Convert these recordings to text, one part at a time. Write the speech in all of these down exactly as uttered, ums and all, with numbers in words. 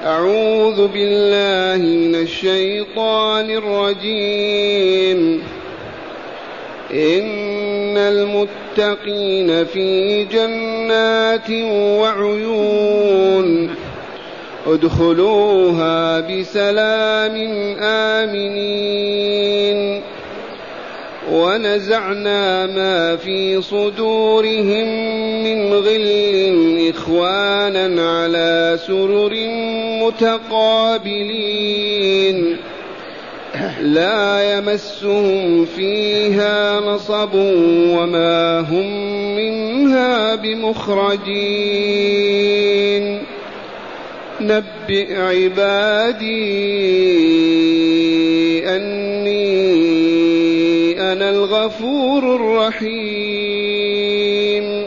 أعوذ بالله من الشيطان الرجيم. إن المتقين في جنات وعيون ادخلوها بسلام آمنين. ونزعنا ما في صدورهم من غل إخوانا على سرر متقابلين لا يمسهم فيها نصب وما هم منها بمخرجين. نبئ عبادي أني أنا الغفور الرحيم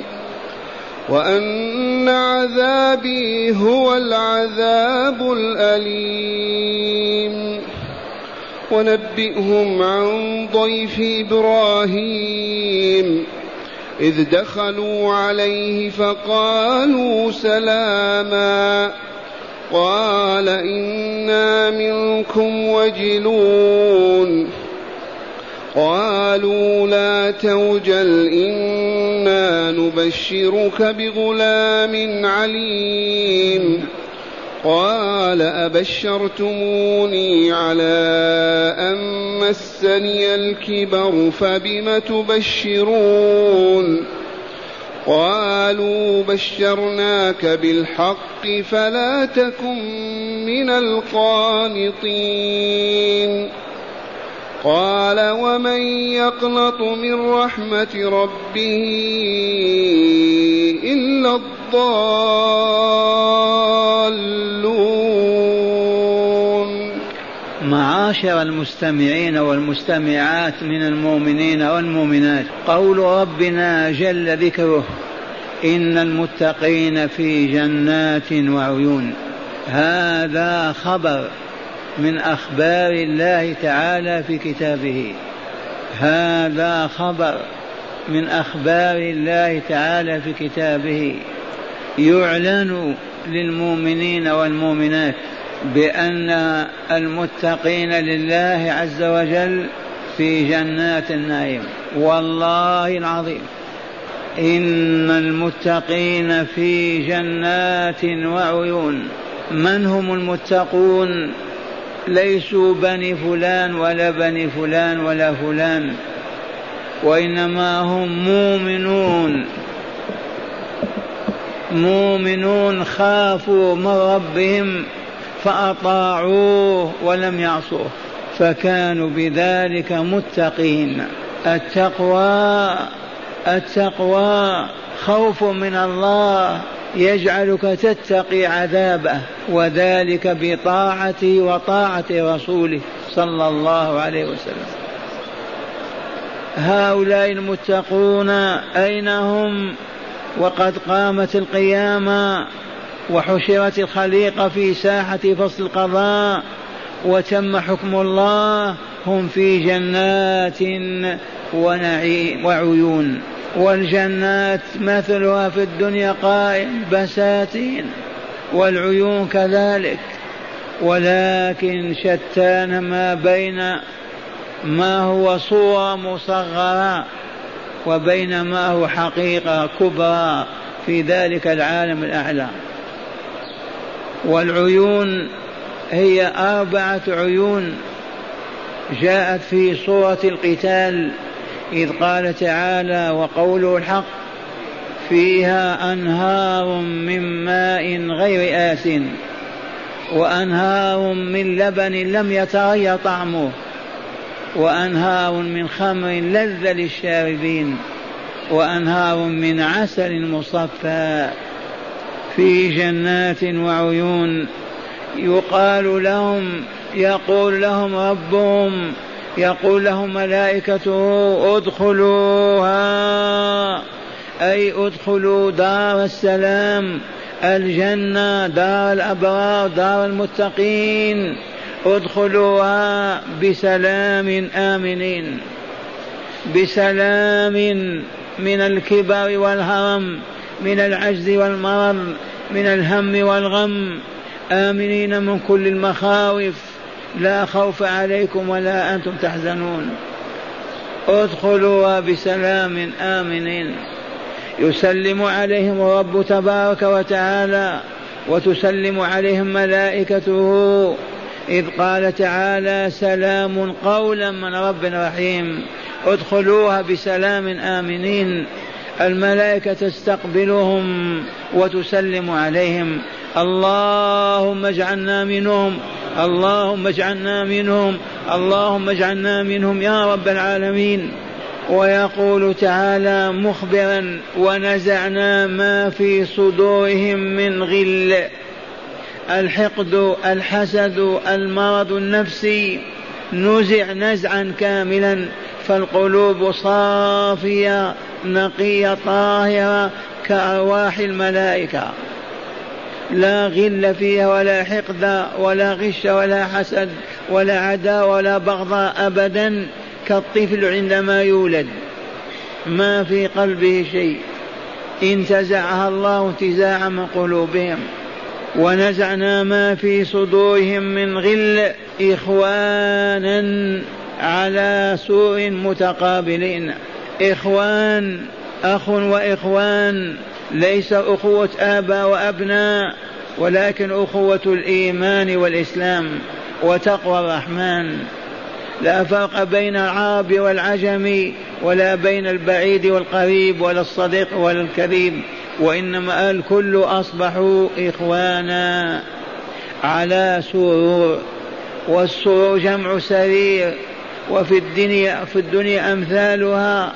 وأن عذابي هو العذاب الأليم. ونبئهم عن ضيف إبراهيم إذ دخلوا عليه فقالوا سلاما قال إنا منكم وجلون قالوا لا توجل إنا نبشرك بغلام عليم. قال أبشرتموني على أن مسني الكبر فبم تبشرون قالوا بشرناك بالحق فلا تكن من القانطين. قال ومن يقنط من رحمة ربه إلا الضالون. معاشر المستمعين والمستمعات من المؤمنين والمؤمنات، قول ربنا جل ذكره إن المتقين في جنات وعيون، هذا خبر من أخبار الله تعالى في كتابه، هذا خبر من أخبار الله تعالى في كتابه يعلن للمؤمنين والمؤمنات بأن المتقين لله عز وجل في جنات النعيم. والله العظيم إن المتقين في جنات وعيون. من هم المتقون؟ ليسوا بني فلان ولا بني فلان ولا فلان، وإنما هم مؤمنون مؤمنون خافوا من ربهم فأطاعوه ولم يعصوه فكانوا بذلك متقين. التقوى التقوى خوف من الله يجعلك تتقي عذابه، وذلك بطاعته وطاعة رسوله صلى الله عليه وسلم. هؤلاء المتقون أين هم وقد قامت القيامة وحشرت الخليقة في ساحة فصل القضاء وتم حكم الله؟ هم في جنات ونعيم وعيون. والجنات مثلها في الدنيا قائم بساتين، والعيون كذلك، ولكن شتان ما بين ما هو صورة مصغرة وبين ما هو حقيقة كبرى في ذلك العالم الأعلى. والعيون هي أربعة عيون جاءت في صورة القتال، إذ قال تعالى وقوله الحق فيها أنهار من ماء غير آسن وأنهار من لبن لم يتغير طعمه وأنهار من خمر لذ للشاربين وأنهار من عسل مصفى في جنات وعيون. يقال لهم يقول لهم ربهم يقول لهم ملائكته ادخلوها، أي ادخلوا دار السلام، الجنة، دار الأبرار، دار المتقين، ادخلوها بسلام آمنين، بسلام من الكبر والهرم، من العجز والمرض، من الهم والغم، آمنين من كل المخاوف، لا خوف عليكم ولا أنتم تحزنون، ادخلوها بسلام آمنين. يسلم عليهم الرب تبارك وتعالى وتسلم عليهم ملائكته، إذ قال تعالى سلام قولا من رب رحيم، ادخلوها بسلام آمنين. الملائكة تستقبلهم وتسلم عليهم، اللهم اجعلنا منهم، اللهم اجعلنا منهم، اللهم اجعلنا منهم يا رب العالمين. ويقول تعالى مخبرا ونزعنا ما في صدورهم من غل، الحقد الحسد المرض النفسي نزع نزعا كاملا، فالقلوب صافية نقية طاهرة كأرواح الملائكة، لا غل فيها ولا حقد ولا غش ولا حسد ولا عداوة ولا بغضاء أبدا، كالطفل عندما يولد ما في قلبه شيء، انتزعها الله انتزاعا من قلوبهم. ونزعنا ما في صدورهم من غل إخوانا على سور متقابلين، إخوان أخ وإخوان، ليس أخوة آباء وأبناء، ولكن أخوة الإيمان والإسلام وتقوى الرحمن. لا فرق بين العرب والعجم، ولا بين البعيد والقريب، ولا الصديق ولا الكذب، وإنما الكل أصبحوا إخوانا على سرور. والسرور جمع سرير، وفي الدنيا في الدنيا أمثالها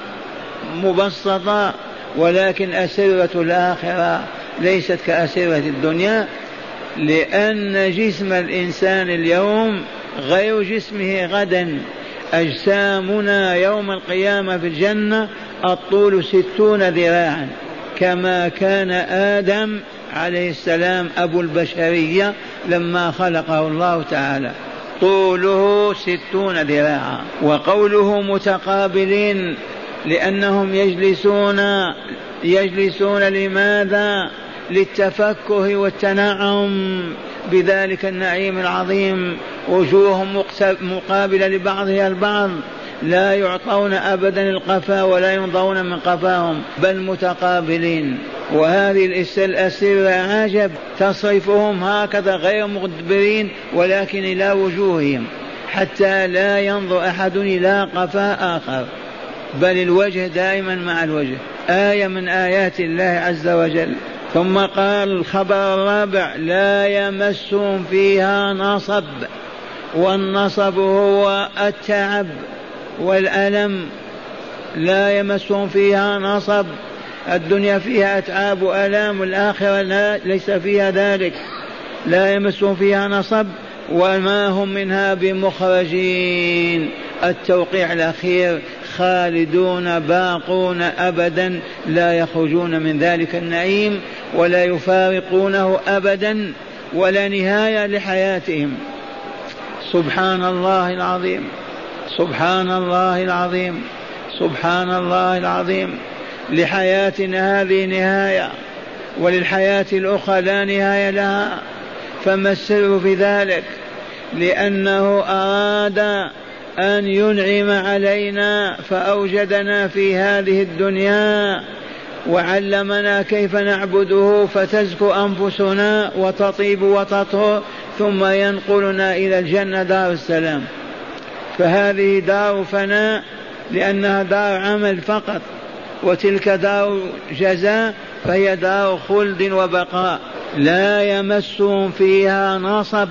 مبسطة، ولكن أسرة الآخرة ليست كأسرة الدنيا، لأن جسم الإنسان اليوم غير جسمه غدا. أجسامنا يوم القيامة في الجنة الطول ستون ذراعا، كما كان آدم عليه السلام أبو البشرية لما خلقه الله تعالى، طوله ستون ذراعا. وقوله متقابلين لأنهم يجلسون يجلسون لماذا؟ للتفكه والتنعم بذلك النعيم العظيم، وجوههم مقابلة لبعضها البعض، لا يعطون أبدا القفا ولا ينضون من قفاهم، بل متقابلين. وهذه الأسرة عجب، تصرفهم هكذا غير مدبرين ولكن إلى وجوههم، حتى لا ينظر أحد إلى قفاء آخر، بل الوجه دائما مع الوجه، آية من آيات الله عز وجل. ثم قال الخبر الرابع لا يمسهم فيها نصب، والنصب هو التعب والألم، لا يمسهم فيها نصب. الدنيا فيها أتعاب وألام، والآخرة لا ليس فيها ذلك، لا يمسهم فيها نصب وما هم منها بمخرجين. التوقيع الأخير خالدون باقون أبدا، لا يخرجون من ذلك النعيم ولا يفارقونه أبدا، ولا نهاية لحياتهم. سبحان الله العظيم، سبحان الله العظيم، سبحان الله العظيم. لحياتنا هذه نهاية، وللحياة الأخرى لا نهاية لها. فما السر في ذلك؟ لأنه أراد أن ينعم علينا فأوجدنا في هذه الدنيا وعلمنا كيف نعبده، فتزكو أنفسنا وتطيب وتطهر، ثم ينقلنا إلى الجنة دار السلام. فهذه دار فناء لأنها دار عمل فقط، وتلك دار جزاء فهي دار خلد وبقاء. لا يمسهم فيها نصب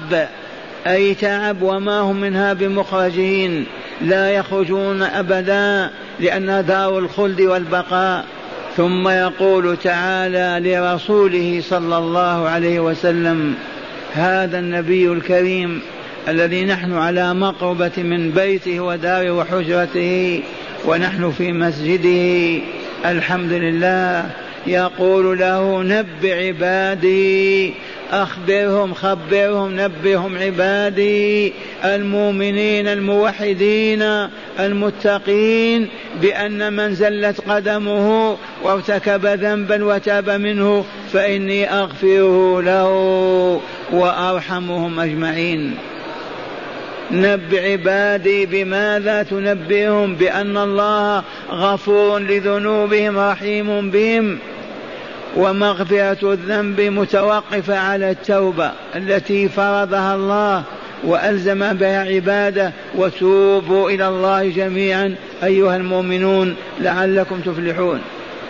أي تعب، وما هم منها بمخرجين، لا يخرجون أبدا لأنها دار الخلد والبقاء. ثم يقول تعالى لرسوله صلى الله عليه وسلم، هذا النبي الكريم الذي نحن على مقربة من بيته وداره وحجرته ونحن في مسجده الحمد لله، يقول له نبئ عبادي أخبرهم خبرهم نبههم عبادي المؤمنين الموحدين المتقين بأن من زلت قدمه وارتكب ذنبا وتاب منه فإني أغفره له وأرحمهم أجمعين. نبئ عبادي بماذا تنبئهم؟ بأن الله غفور لذنوبهم رحيم بهم، ومغفرة الذنب متوقفة على التوبة التي فرضها الله وألزم بها عباده. وتوبوا إلى الله جميعا أيها المؤمنون لعلكم تفلحون.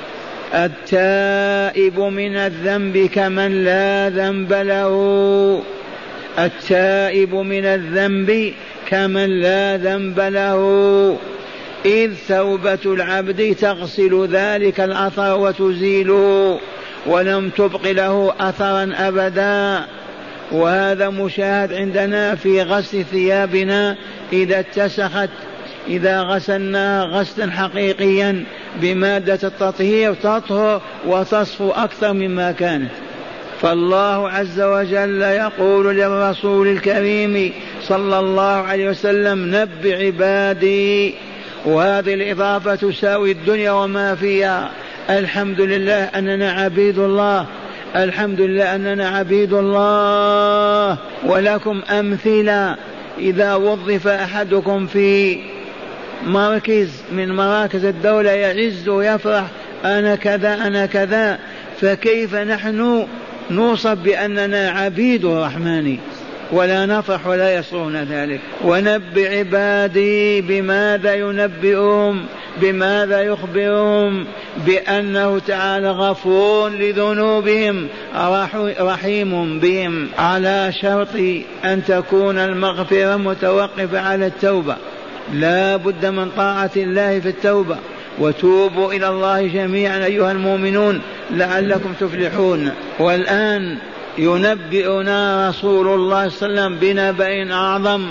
التائب من الذنب كمن لا ذنب له، التائب من الذنب كمن لا ذنب له، إذ توبة العبد تغسل ذلك الأثر وتزيله ولم تبق له أثرا أبدا. وهذا مشاهد عندنا في غسل ثيابنا إذا اتسخت، إذا غسلناها غسلا حقيقيا بمادة التطهير تطهر وتصفو أكثر مما كانت. فالله عز وجل يقول للرسول الكريم صلى الله عليه وسلم نبئ عبادي، وهذه الإضافة تساوي الدنيا وما فيها. الحمد لله أننا عبيد الله، الحمد لله أننا عبيد الله. ولكم أمثلة، إذا وظف أحدكم في مركز من مراكز الدولة يعز ويفرح أنا كذا أنا كذا، فكيف نحن نوصف بأننا عبيد الرحمن ولا نفرح ولا يسرون ذلك؟ ونبئ عبادي بماذا ينبئهم؟ بماذا يخبرهم؟ بأنه تعالى غفور لذنوبهم رحيم بهم، على شرط أن تكون المغفرة متوقفة على التوبة. لا بد من طاعة الله في التوبة. وتوبوا إلى الله جميعا أيها المؤمنون لعلكم تفلحون. والآن ينبئنا رسول الله صلى الله عليه وسلم بنبأ أعظم،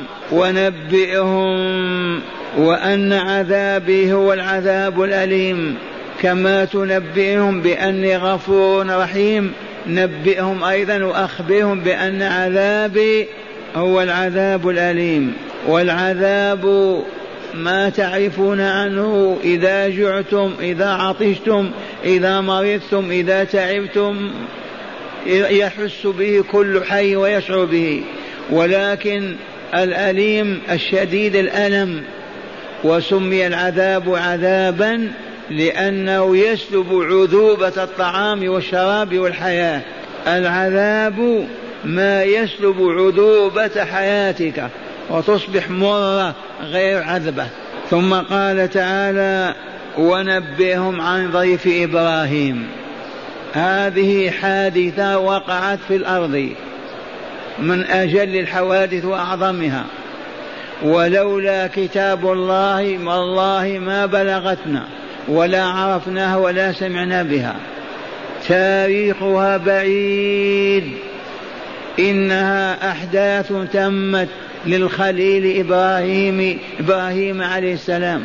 ونبئهم وأن عذابي هو العذاب الأليم. كما تنبئهم بأني غفور رحيم، نبئهم أيضا وأخبرهم بأن عذابي هو العذاب الأليم. والعذاب ما تعرفون عنه، إذا جعتم، إذا عطشتم، إذا مرضتم، إذا تعبتم، يحس به كل حي ويشعر به. ولكن الأليم الشديد الألم. وسمي العذاب عذابا لأنه يسلب عذوبة الطعام والشراب والحياة. العذاب ما يسلب عذوبة حياتك وتصبح مرة غير عذبة. ثم قال تعالى ونبئهم عن ضيف إبراهيم. هذه حادثة وقعت في الأرض من أجل الحوادث وأعظمها، ولولا كتاب الله والله ما بلغتنا ولا عرفناها ولا سمعنا بها. تاريخها بعيد، إنها أحداث تمت للخليل إبراهيم إبراهيم عليه السلام،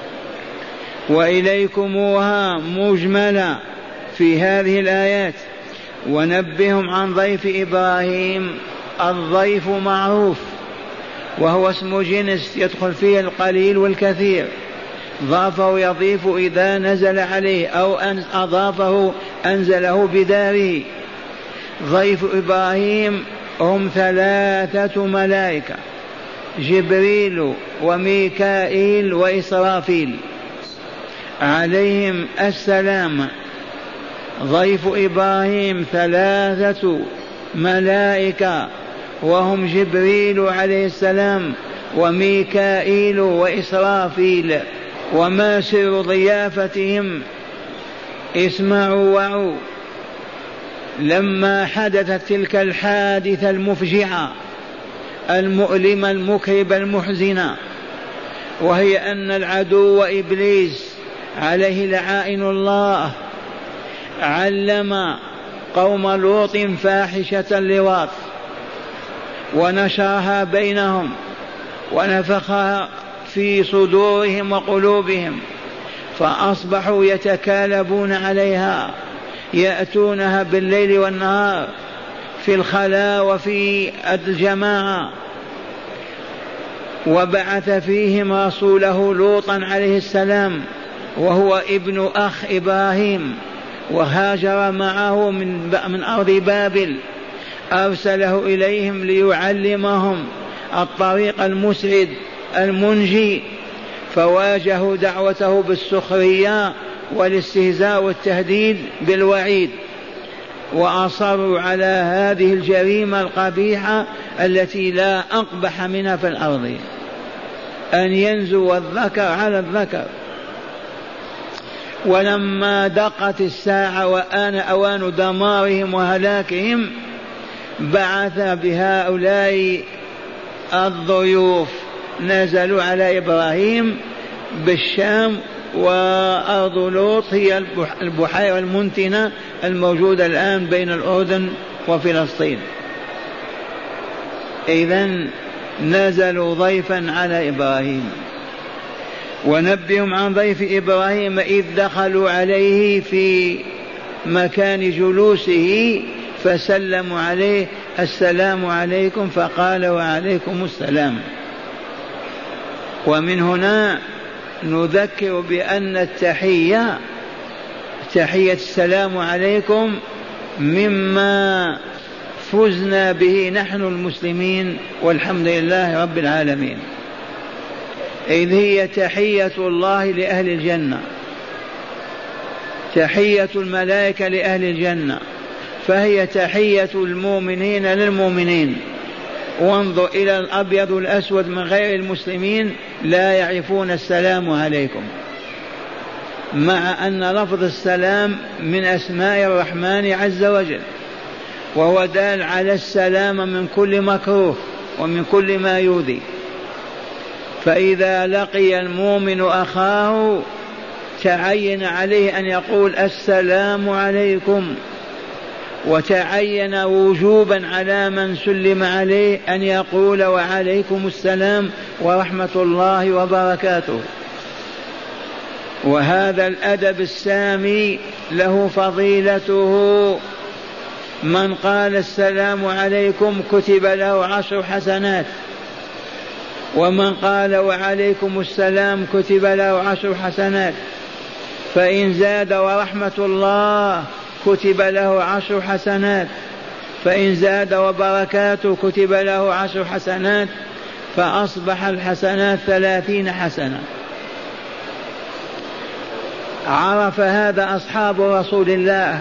وإليكموها مجملة في هذه الآيات. ونبهم عن ضيف إبراهيم. الضيف معروف وهو اسم جنس يدخل فيه القليل والكثير، ضافه يضيف إذا نزل عليه أو أن أضافه أنزله بداره. ضيف إبراهيم هم ثلاثة ملائكة، جبريل وميكائيل وإسرافيل عليهم السلام. ضيف إبراهيم ثلاثة ملائكة وهم جبريل عليه السلام وميكائيل وإسرافيل. وما سر ضيافتهم؟ اسمعوا وعوا. لما حدثت تلك الحادثة المفجعة المؤلمة المكربة المحزنة، وهي أن العدو إبليس عليه لعائن الله علم قوم لوط فاحشة اللواط ونشرها بينهم ونفخها في صدورهم وقلوبهم، فأصبحوا يتكالبون عليها، يأتونها بالليل والنهار في الخلاء وفي الجماعة، وبعث فيهم رسوله لوطا عليه السلام وهو ابن أخ إبراهيم، وهاجر معه من من أرض بابل، أرسله إليهم ليعلمهم الطريق المسعد المنجي، فواجهوا دعوته بالسخرية والاستهزاء والتهديد بالوعيد، وأصروا على هذه الجريمة القبيحة التي لا أقبح منها في الأرض، أن ينزو الذكر على الذكر. ولما دقت الساعة وآن أوان دمارهم وهلاكهم، بعث بهؤلاء الضيوف، نزلوا على إبراهيم بالشام، وأرض لوط هي البحيرة المنتنة الموجودة الآن بين الأردن وفلسطين. إذن نزلوا ضيفا على إبراهيم. ونبئهم عن ضيف إبراهيم إذ دخلوا عليه في مكان جلوسه فسلموا عليه السلام عليكم، فقال وعليكم السلام. ومن هنا نذكر بأن التحية تحية السلام عليكم مما فزنا به نحن المسلمين والحمد لله رب العالمين، إذ هي تحية الله لأهل الجنة، تحية الملائكة لأهل الجنة، فهي تحية المؤمنين للمؤمنين. وانظر إلى الأبيض الأسود من غير المسلمين لا يعرفون السلام عليكم، مع أن لفظ السلام من أسماء الرحمن عز وجل، وهو دال على السلام من كل مكروه ومن كل ما يؤذي. فإذا لقي المؤمن أخاه تعين عليه أن يقول السلام عليكم، وتعين وجوبا على من سلم عليه أن يقول وعليكم السلام ورحمة الله وبركاته. وهذا الأدب السامي له فضيلته، من قال السلام عليكم كتب له عشر حسنات، ومن قال وعليكم السلام كتب له عشر حسنات، فإن زاد ورحمة الله كتب له عشر حسنات، فإن زاد وبركاته كتب له عشر حسنات، فأصبح الحسنات ثلاثين حسنة. عرف هذا أصحاب رسول الله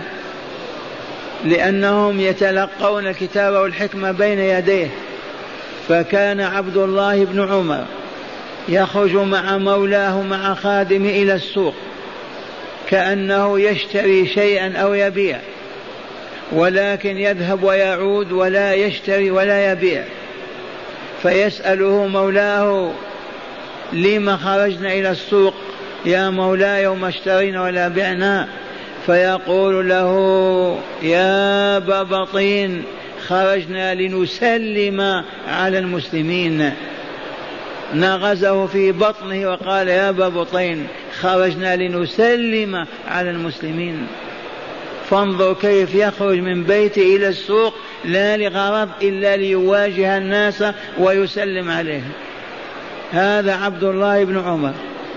لأنهم يتلقون الكتاب والحكمة بين يديه. فكان عبد الله بن عمر يخرج مع مولاه مع خادمه إلى السوق كأنه يشتري شيئا أو يبيع، ولكن يذهب ويعود ولا يشتري ولا يبيع. فيسأله مولاه لما خرجنا إلى السوق يا مولاي وما اشترينا ولا بعنا؟ فيقول له يا أبا بطين خرجنا لنسلم على المسلمين. نغزه في بطنه وقال يا أبا بطين خرجنا لنسلم على المسلمين. فانظر كيف يخرج من بيته إلى السوق لا لغرض إلا ليواجه الناس ويسلم عليهم. هذا عبد الله بن عمر.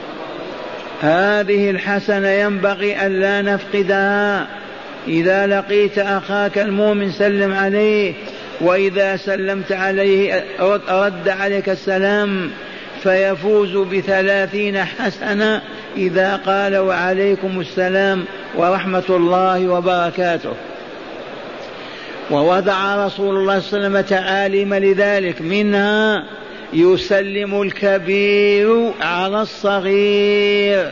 هذه الحسنة ينبغي أن لا نفقدها. إذا لقيت أخاك المؤمن سلم عليه، وإذا سلمت عليه رد عليك السلام، فيفوز بثلاثين حسنة إذا قال وعليكم السلام ورحمة الله وبركاته. ووضع رسول الله صلى الله عليه وسلم تعاليم لذلك، منها يسلم الكبير على الصغير.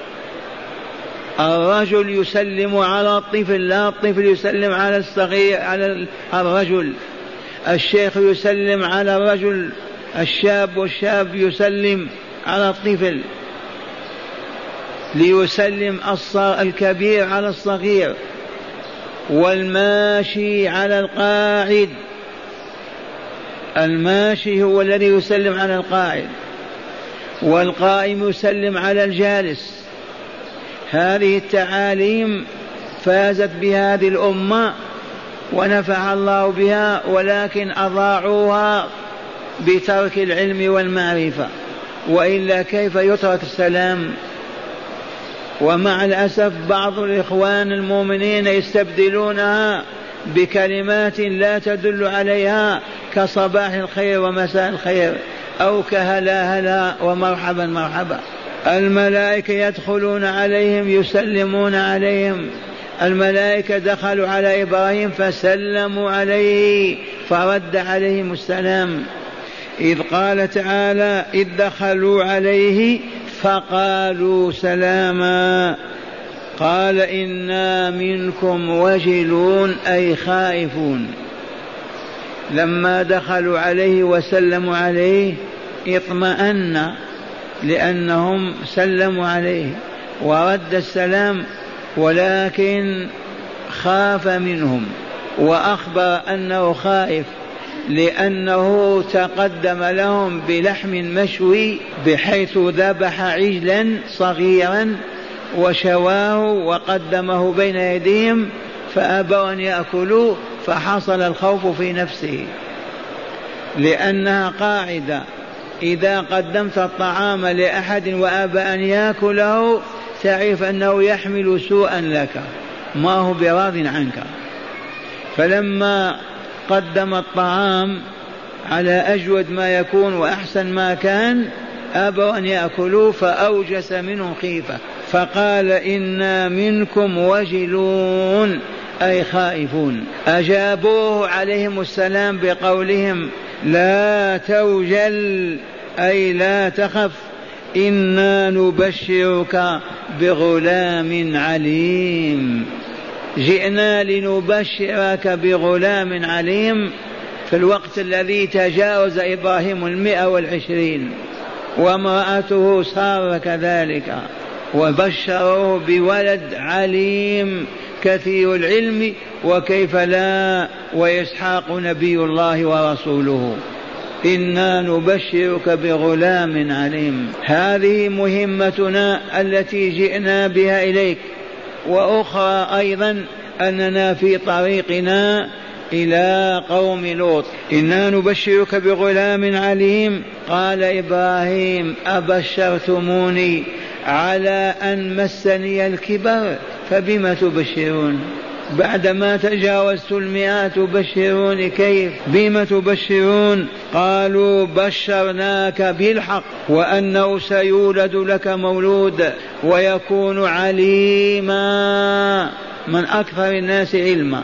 الرجل يسلم على الطفل، لا الطفل يسلم على الصغير على الرجل. الشيخ يسلم على الرجل، الشاب والشاب يسلم على الطفل. ليسلم الكبير على الصغير، والماشي على القاعد. الماشي هو الذي يسلم على القاعد، والقائم يسلم على الجالس. هذه التعاليم فازت بهذه الأمة ونفع الله بها، ولكن أضاعوها بترك العلم والمعرفة، وإلا كيف يترك السلام؟ ومع الأسف بعض الإخوان المؤمنين يستبدلونها بكلمات لا تدل عليها، كصباح الخير ومساء الخير، أو كهلا هلا ومرحبا مرحبا. الملائكة يدخلون عليهم يسلمون عليهم، الملائكة دخلوا على إبراهيم فسلموا عليه فرد عليهم السلام. إذ قال تعالى إذ دخلوا عليه فقالوا سلاما قال إنا منكم وجلون أي خائفون. لما دخلوا عليه وسلموا عليه اطمأن لأنهم سلموا عليه ورد السلام، ولكن خاف منهم وأخبر أنه خائف، لأنه تقدم لهم بلحم مشوي بحيث ذبح عجلا صغيرا وشواه وقدمه بين يديهم فأبوا أن يأكلوه، فحصل الخوف في نفسه، لأنها قاعدة إذا قدمت الطعام لأحد وأبى أن يأكله تعرف أنه يحمل سوءا لك، ما هو براض عنك. فلما قدم الطعام على أجود ما يكون وأحسن ما كان أبوا أن يأكلوه فأوجس منهم خيفة، فقال إنا منكم وجلون أي خائفون. أجابوه عليهم السلام بقولهم لا توجل أي لا تخف، إنا نبشرك بغلام عليم. جئنا لنبشرك بغلام عليم في الوقت الذي تجاوز إبراهيم المئة والعشرين وامرأته صار كذلك، وبشروه بولد عليم كثير العلم، وكيف لا، وإسحاق نبي الله ورسوله. إنا نبشرك بغلام عليم. هذه مهمتنا التي جئنا بها إليك، وأخرى أيضا أننا في طريقنا إلى قوم لوط. إنا نبشرك بغلام عليم. قال إبراهيم أبشرتموني على أن مسني الكبر فبم تبشرون؟ بعدما تجاوزت المئة تبشرون كيف؟ بما تبشرون؟ قالوا بشرناك بالحق وأنه سيولد لك مولود ويكون عليما، من أكثر الناس علما،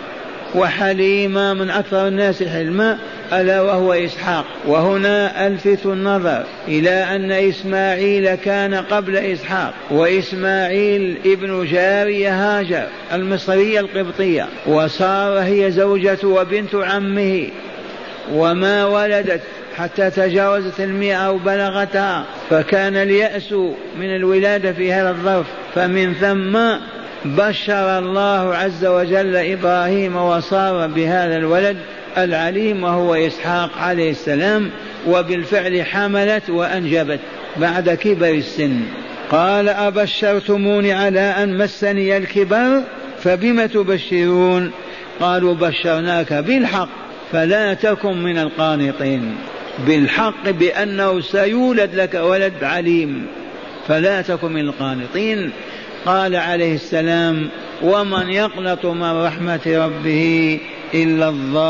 وحليما من أكثر الناس حلما، ألا وهو إسحاق. وهنا ألفت النظر إلى أن إسماعيل كان قبل إسحاق، وإسماعيل ابن جارية هاجر المصرية القبطية، وصار هي زوجة وبنت عمه، وما ولدت حتى تجاوزت المئة وبلغتها، فكان اليأس من الولادة في هذا الظرف. فمن ثم بشر الله عز وجل إبراهيم وصار بهذا الولد العليم وهو إسحاق عليه السلام، وبالفعل حملت وأنجبت بعد كبر السن. قال أبشرتموني على أن مسني الكبر فبم تبشرون؟ قالوا بشرناك بالحق فلا تكن من القانطين، بالحق بأنه سيولد لك ولد عليم فلا تكن من القانطين. قال عليه السلام ومن يقنط من رحمة ربه إلا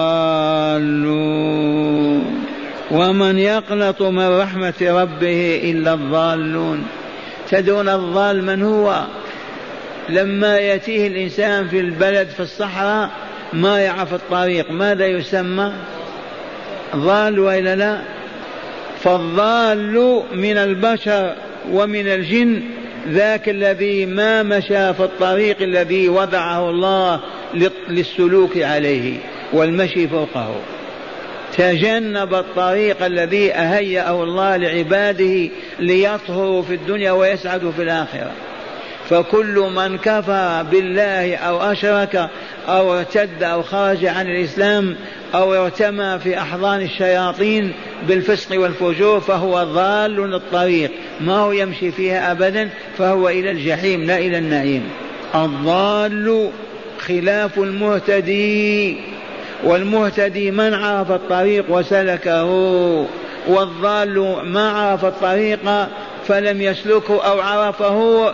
الضالون، ومن يقنط من رحمة ربه إلا الضالون. تدون الضال من هو؟ لما يأتيه الإنسان في البلد في الصحراء ما يعرف الطريق ماذا يسمى؟ ضال وإلا لا؟ فالضال من البشر ومن الجن ذاك الذي ما مشى في الطريق الذي وضعه الله للسلوك عليه والمشي فوقه، تجنب الطريق الذي أهيأه الله لعباده ليطهروا في الدنيا ويسعدوا في الآخرة. فكل من كفر بالله أو أشرك أو ارتد أو خرج عن الإسلام أو ارتمى في أحضان الشياطين بالفسق والفجور فهو ضال الطريق، ما هو يمشي فيها أبدا، فهو إلى الجحيم لا إلى النعيم. الضال خلاف المهتدي، والمهتدي من عرف الطريق وسلكه، والضال ما عرف الطريق فلم يسلكه أو عرفه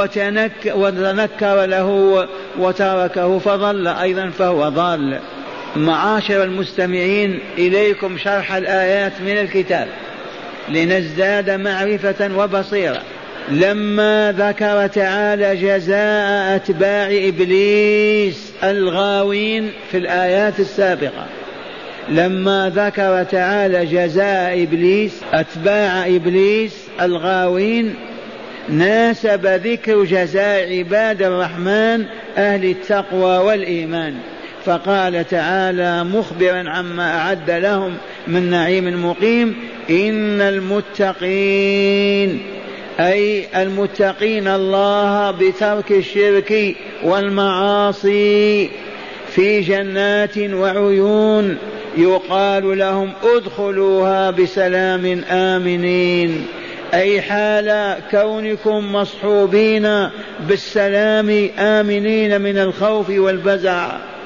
وتنكر له وتركه فضل أيضا فهو ضال. معاشر المستمعين، إليكم شرح الآيات من الكتاب لنزداد معرفة وبصيرة. لما ذكر تعالى جزاء أتباع إبليس الغاوين في الآيات السابقة، لما ذكر تعالى جزاء إبليس أتباع إبليس الغاوين، ناسب ذكر جزاء عباد الرحمن أهل التقوى والإيمان، فقال تعالى مخبرا عما أعد لهم من نعيم مقيم: إن المتقين، أي المتقين الله بترك الشرك والمعاصي، في جنات وعيون يقال لهم ادخلوها بسلام آمنين، أي حال كونكم مصحوبين بالسلام آمنين من الخوف والفزع.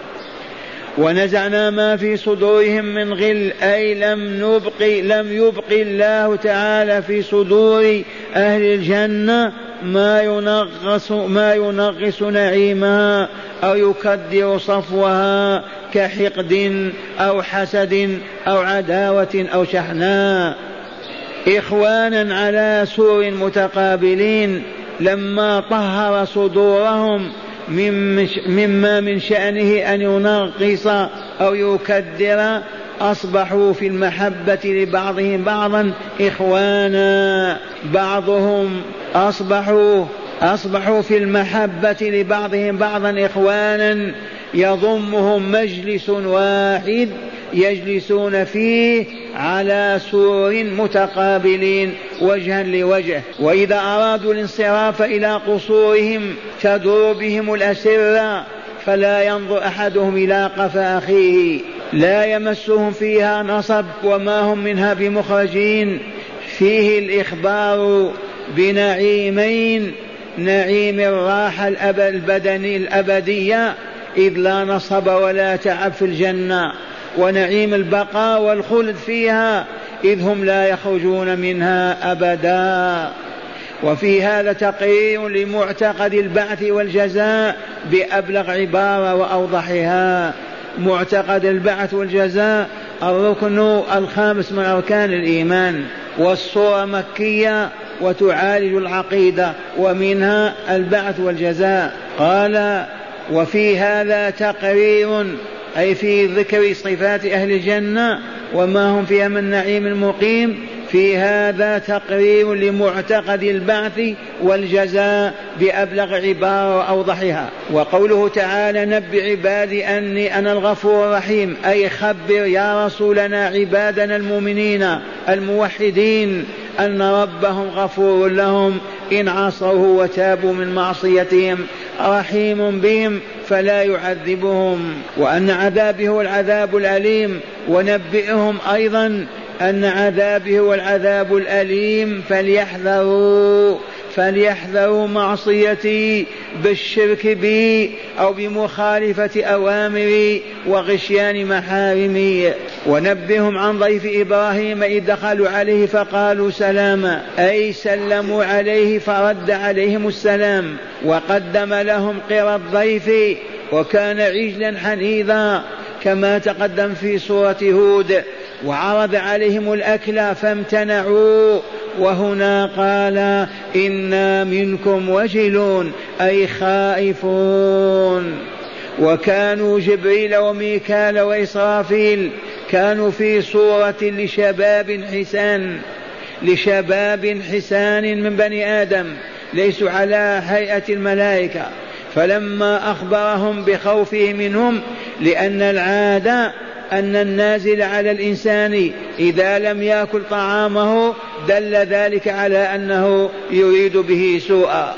ونزعنا ما في صدورهم من غل، أي لم نبق لم يبق الله تعالى في صدور أهل الجنة ما ينغص ما ينغص نعيمها أو يكدر صفوها كحقد أو حسد أو عداوة أو شحناء، إخوانا على سور متقابلين. لما طهر صدورهم مما من شأنه أن ينغص أو يكدر، أصبحوا في المحبة لبعضهم بعضا إخوانا، بعضهم أصبحوا أصبحوا في المحبة لبعضهم بعضا إخوانا، يضمهم مجلس واحد يجلسون فيه على سور متقابلين وجها لوجه. وإذا أرادوا الانصراف إلى قصورهم تدور بهم الأسرة، فلا ينظر أحدهم إلى قفا أخيه، لا يمسهم فيها نصب وما هم منها بمخرجين. فيه الإخبار بنعيمين: نعيم الراحة البدني الأبدية إذ لا نصب ولا تعب في الجنة، ونعيم البقاء والخلد فيها إذ هم لا يخرجون منها أبدا. وفي هذا تقرير لمعتقد البعث والجزاء بأبلغ عبارة وأوضحها. معتقد البعث والجزاء الركن الخامس من أركان الإيمان، والصورة مكية وتعالج العقيدة، ومنها البعث والجزاء. قال: وفي هذا تقرير، أي في ذكر صفات أهل الجنة وما هم فيها من نعيم مقيم، في هذا تقرير لمعتقد البعث والجزاء بأبلغ عبارة وأوضحها. وقوله تعالى: نبئ عبادي أني أنا الغفور الرحيم، أي خبر يا رسولنا عبادنا المؤمنين الموحدين أن ربهم غفور لهم إن عصوه وتابوا من معصيتهم، رحيم بهم فلا يعذبهم، وأن عذابه هو العذاب الأليم. ونبئهم أيضا أن عذابه هو العذاب الأليم، فليحذروا فليحذروا معصيتي بالشرك بي أو بمخالفة أوامري وغشيان محارمي. ونبئهم عن ضيف إبراهيم إذ دخلوا عليه فقالوا سلاما، أي سلموا عليه فرد عليهم السلام، وقدم لهم قرى الضيف وكان عجلا حنيذا كما تقدم في سورة هود، وعرض عليهم الأكل فامتنعوا. وهنا قال: إنا منكم وجلون، أي خائفون. وكانوا جبريل وميكال وإسرافيل كانوا في صورة لشباب حسان لشباب حسان من بني آدم، ليسوا على هيئة الملائكة. فلما أخبرهم بخوفه منهم، لأن العادة أن النازل على الإنسان إذا لم يأكل طعامه دل ذلك على أنه يريد به سوءا،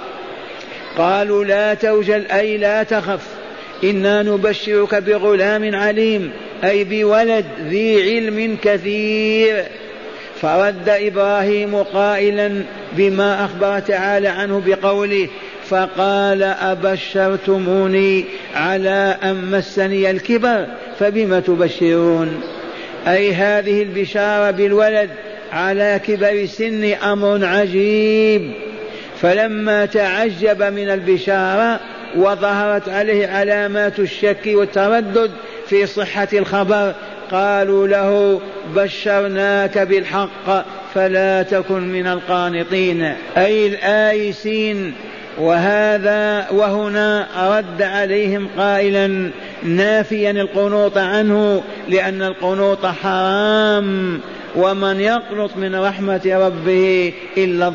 قالوا: لا توجل، أي لا تخف، إنا نبشرك بغلام عليم، أي بولد ذي علم كثير. فرد إبراهيم قائلا بما أخبر تعالى عنه بقوله: فقال أبشرتموني على أن مسني الكبر فبم تبشرون؟ أي هذه البشارة بالولد على كبر سن أمر عجيب. فلما تعجب من البشارة وظهرت عليه علامات الشك والتردد في صحة الخبر قالوا له بشرناك بالحق فلا تكن من القانطين أي الآيسين. وهذا وهنا رد عليهم قائلا نافيا القنوط عنه، لأن القنوط حرام، ومن يقنط من رحمة ربه إلا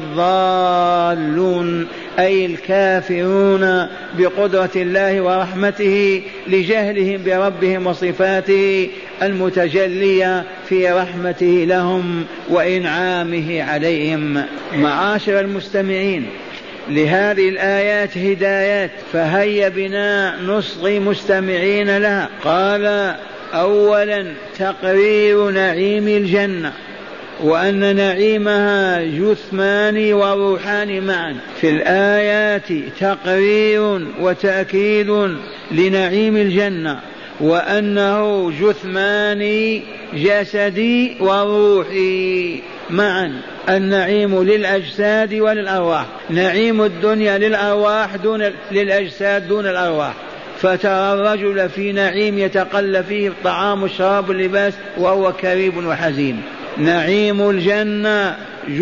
الضالون أي الكافرون بقدرة الله ورحمته لجهلهم بربهم وصفاته المتجلية في رحمته لهم وإنعامه عليهم. معاشر المستمعين، لهذه الآيات هدايات، فهيا بنا نصغي مستمعين لها. قال أولا تقرير نعيم الجنة، وأن نعيمها جثمان وروحان معا. في الآيات تقرير وتأكيد لنعيم الجنة، وأنه جثمان جسدي وروحي معا. النعيم للأجساد وللأرواح، نعيم الدنيا للأرواح دون للأجساد دون الأرواح. فترى الرجل في نعيم يتقلب فيه الطعام والشراب واللباس وهو كريب وحزين. نعيم الجنة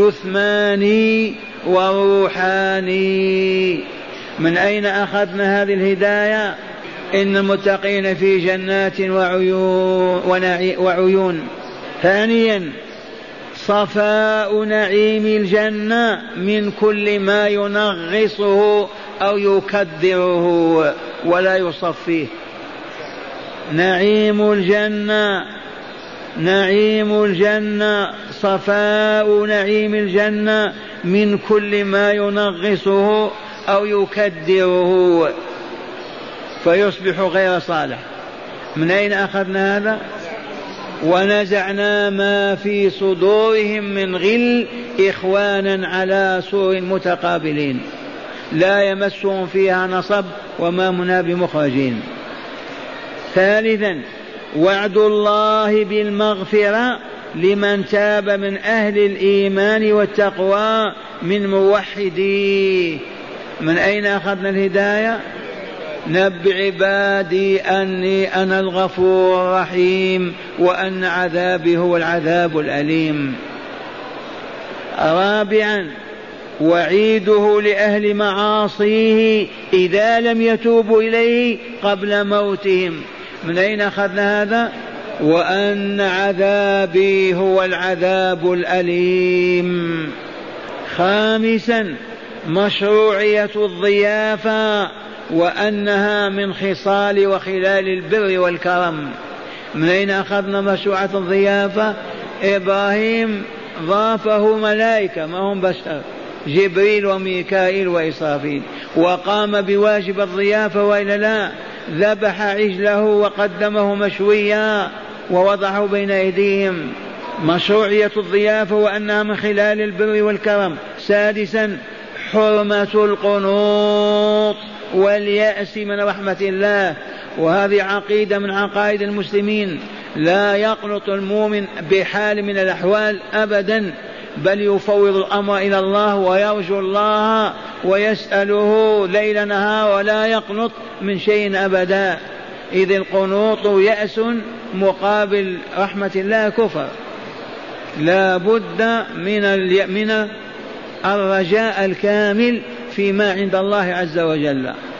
جثماني وروحاني. من أين أخذنا هذه الهداية؟ إن المتقين في جنات وعيون, وعيون. ثانيا صفاء نعيم الجنة من كل ما ينغصه أو يكدره ولا يصفيه. نعيم الجنة نعيم الجنة صفاء نعيم الجنة من كل ما ينغصه أو يكدره فيصبح غير صالح. من أين أخذنا هذا؟ ونزعنا ما في صدورهم من غل إخوانا على سور متقابلين لا يمسهم فيها نصب وما منا بمخرجين. ثالثا وعد الله بالمغفرة لمن تاب من أهل الإيمان والتقوى من موحديه. من أين أخذنا الهداية؟ نبئ عبادي أني أنا الغفور الرحيم وأن عذابي هو العذاب الأليم. رابعا وعيده لأهل معاصيه إذا لم يتوبوا إليه قبل موتهم. من أين أخذنا هذا؟ وأن عذابي هو العذاب الأليم. خامسا مشروعية الضيافة وأنها من خصال وخلال البر والكرم. من أين أخذنا مشروعة الضيافة؟ إبراهيم ضافه ملائكة ما هم بشر، جبريل وميكائيل وإسرافيل، وقام بواجب الضيافة وإلا لا؟ ذبح عجله وقدمه مشويا ووضعه بين أيديهم. مشروعية الضيافة وأنها من خلال البر والكرم. سادسا حرمة القنوط واليأس من رحمة الله، وهذه عقيدة من عقائد المسلمين. لا يقنط المؤمن بحال من الأحوال أبدا، بل يفوض الأمر إلى الله ويرجو الله ويسأله ليل نهار ولا يقنط من شيء أبدا، إذ القنوط يأس مقابل رحمة الله كفر. لا بد من من الرجاء الكامل فيما عند الله عز وجل.